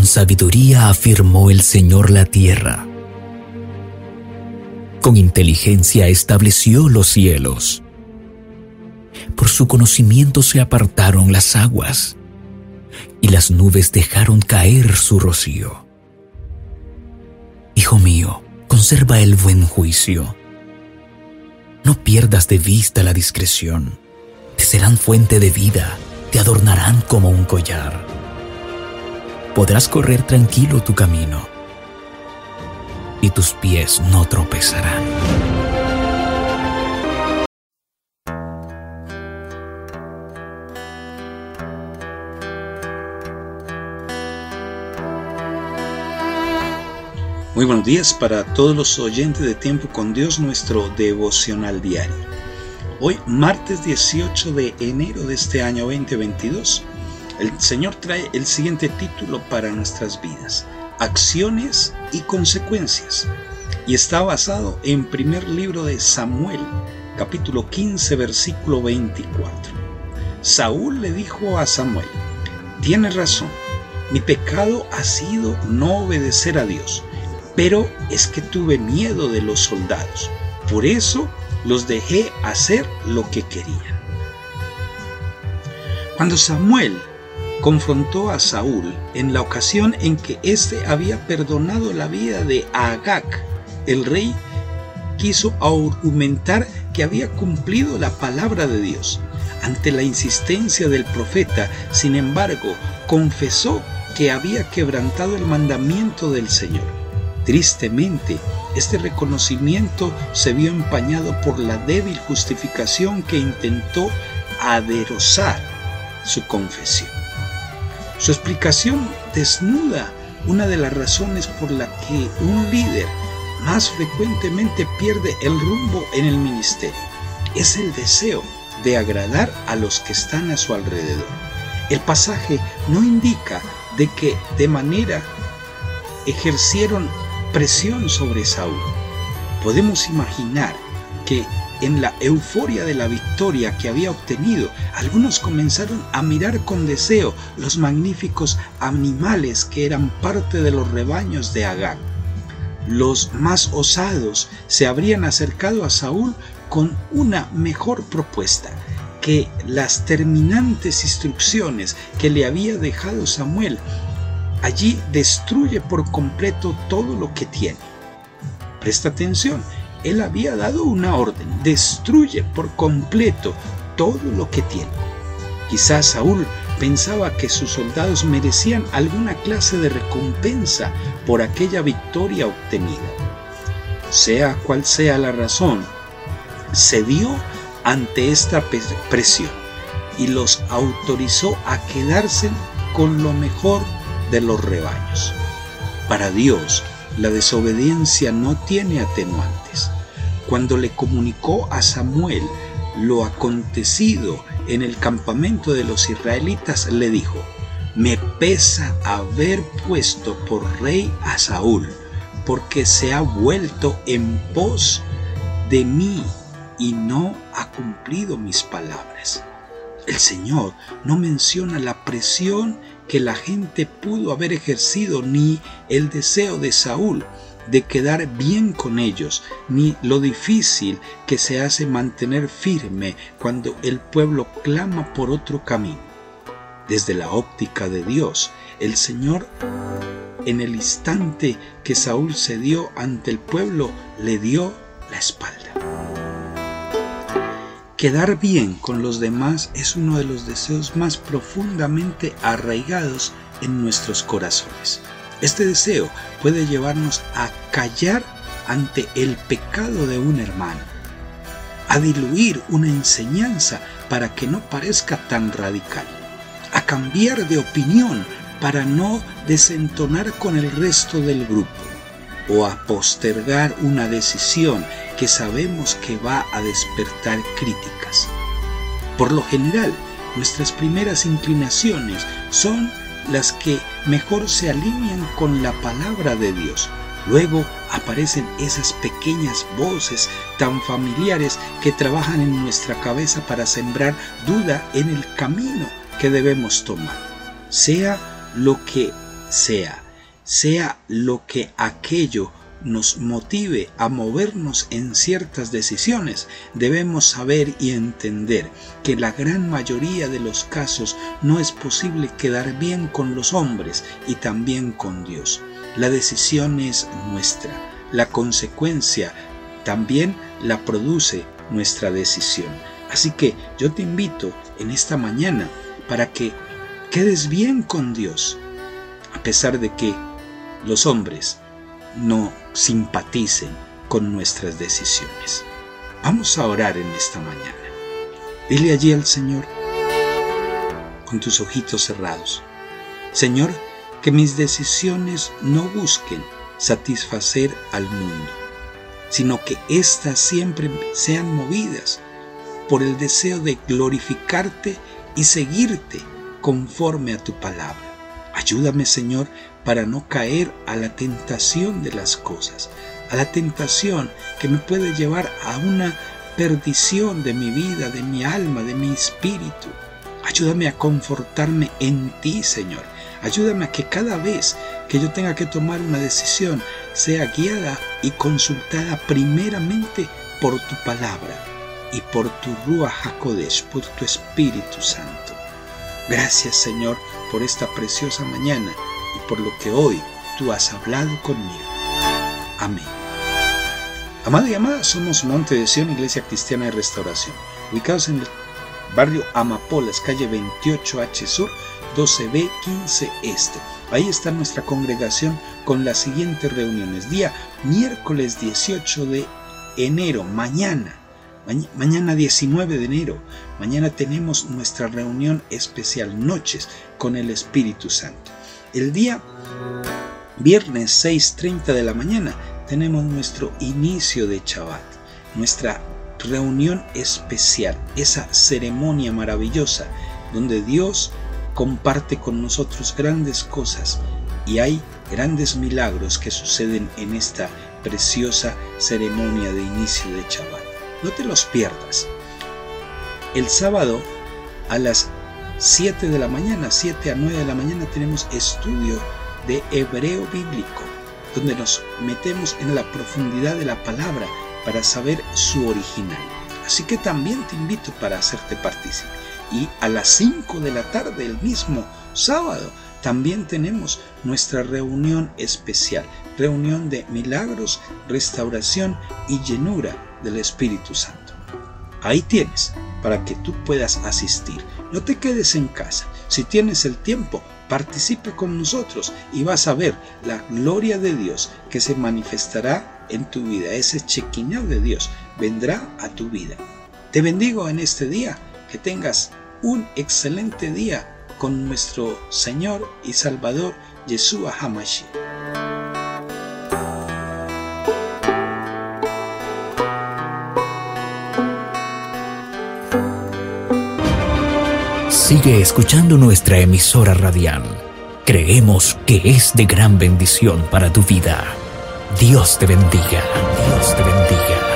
Con sabiduría afirmó el Señor la tierra. Con inteligencia estableció los cielos. Por su conocimiento se apartaron las aguas, y las nubes dejaron caer su rocío. Hijo mío, conserva el buen juicio. No pierdas de vista la discreción. Te serán fuente de vida, te adornarán como un collar. Podrás correr tranquilo tu camino, y tus pies no tropezarán. Muy buenos días para todos los oyentes de Tiempo con Dios, nuestro devocional diario. Hoy, martes 18 de enero de este año 2022, el Señor trae el siguiente título para nuestras vidas: Acciones y consecuencias. Y está basado en primer libro de Samuel, capítulo 15, versículo 24. Saúl le dijo a Samuel: tienes razón, mi pecado ha sido no obedecer a Dios. Pero es que tuve miedo de los soldados, por eso los dejé hacer lo que querían. Cuando Samuel confrontó a Saúl en la ocasión en que éste había perdonado la vida de Agag, el rey quiso argumentar que había cumplido la palabra de Dios. Ante la insistencia del profeta, sin embargo, confesó que había quebrantado el mandamiento del Señor. Tristemente, este reconocimiento se vio empañado por la débil justificación que intentó aderezar su confesión. Su explicación desnuda una de las razones por la que un líder más frecuentemente pierde el rumbo en el ministerio. Es el deseo de agradar a los que están a su alrededor. El pasaje no indica de que de manera ejercieron presión sobre Saúl. Podemos imaginar que en la euforia de la victoria que había obtenido, algunos comenzaron a mirar con deseo los magníficos animales que eran parte de los rebaños de Agag. Los más osados se habrían acercado a Saúl con una mejor propuesta: que las terminantes instrucciones que le había dejado Samuel. Allí destruye por completo todo lo que tiene. Presta atención, él había dado una orden: destruye por completo todo lo que tiene. Quizás Saúl pensaba que sus soldados merecían alguna clase de recompensa por aquella victoria obtenida. Sea cual sea la razón, cedió ante esta presión y los autorizó a quedarse con lo mejor de los rebaños. Para Dios, la desobediencia no tiene atenuantes. Cuando le comunicó a Samuel lo acontecido en el campamento de los israelitas, le dijo: me pesa haber puesto por rey a Saúl, porque se ha vuelto en pos de mí y no ha cumplido mis palabras. El Señor no menciona la presión que la gente pudo haber ejercido, ni el deseo de Saúl de quedar bien con ellos, ni lo difícil que se hace mantener firme cuando el pueblo clama por otro camino. Desde la óptica de Dios, el Señor, en el instante que Saúl cedió ante el pueblo, le dio la espalda. Quedar bien con los demás es uno de los deseos más profundamente arraigados en nuestros corazones. Este deseo puede llevarnos a callar ante el pecado de un hermano, a diluir una enseñanza para que no parezca tan radical, a cambiar de opinión para no desentonar con el resto del grupo, o a postergar una decisión que sabemos que va a despertar críticas. Por lo general, nuestras primeras inclinaciones son las que mejor se alinean con la palabra de Dios. Luego aparecen esas pequeñas voces tan familiares que trabajan en nuestra cabeza para sembrar duda en el camino que debemos tomar. Sea lo que sea lo que aquello nos motive a movernos en ciertas decisiones, debemos saber y entender que en la gran mayoría de los casos no es posible quedar bien con los hombres y también con Dios. La decisión es nuestra, la consecuencia también la produce nuestra decisión. Así que yo te invito en esta mañana para que quedes bien con Dios, a pesar de que los hombres no simpaticen con nuestras decisiones. Vamos a orar en esta mañana. Dile allí al Señor, con tus ojitos cerrados: Señor, que mis decisiones no busquen satisfacer al mundo, sino que éstas siempre sean movidas por el deseo de glorificarte y seguirte conforme a tu palabra. Ayúdame, Señor, para no caer a la tentación de las cosas, a la tentación que me puede llevar a una perdición de mi vida, de mi alma, de mi espíritu. Ayúdame a confortarme en ti, Señor. Ayúdame a que cada vez que yo tenga que tomar una decisión sea guiada y consultada primeramente por tu palabra y por tu Ruach HaKodesh, por tu Espíritu Santo. Gracias, Señor, por esta preciosa mañana y por lo que hoy tú has hablado conmigo. Amén. Amado y amada, somos Monte de Sion, Iglesia Cristiana de Restauración, ubicados en el barrio Amapolas, calle 28H Sur, 12B 15 Este. Ahí está nuestra congregación con las siguientes reuniones. Día miércoles 18 de enero, mañana 19 de enero, mañana tenemos nuestra reunión especial, Noches con el Espíritu Santo. El día viernes 6:30 de la mañana tenemos nuestro inicio de Shabbat, nuestra reunión especial, esa ceremonia maravillosa donde Dios comparte con nosotros grandes cosas y hay grandes milagros que suceden en esta preciosa ceremonia de inicio de Shabbat. No te los pierdas. El sábado a las 7 de la mañana, 7 a 9 de la mañana, tenemos estudio de hebreo bíblico, donde nos metemos en la profundidad de la palabra para saber su original. Así que también te invito para hacerte partícipe. Y a las 5 de la tarde, el mismo sábado, también tenemos nuestra reunión especial, reunión de milagros, restauración y llenura del Espíritu Santo. Ahí tienes para que tú puedas asistir. No te quedes en casa. Si tienes el tiempo, participa con nosotros y vas a ver la gloria de Dios que se manifestará en tu vida. Ese Shekinah de Dios vendrá a tu vida. Te bendigo en este día. Que tengas un excelente día con nuestro Señor y Salvador Yeshua HaMashiach. Sigue escuchando nuestra emisora radial. Creemos que es de gran bendición para tu vida. Dios te bendiga. Dios te bendiga.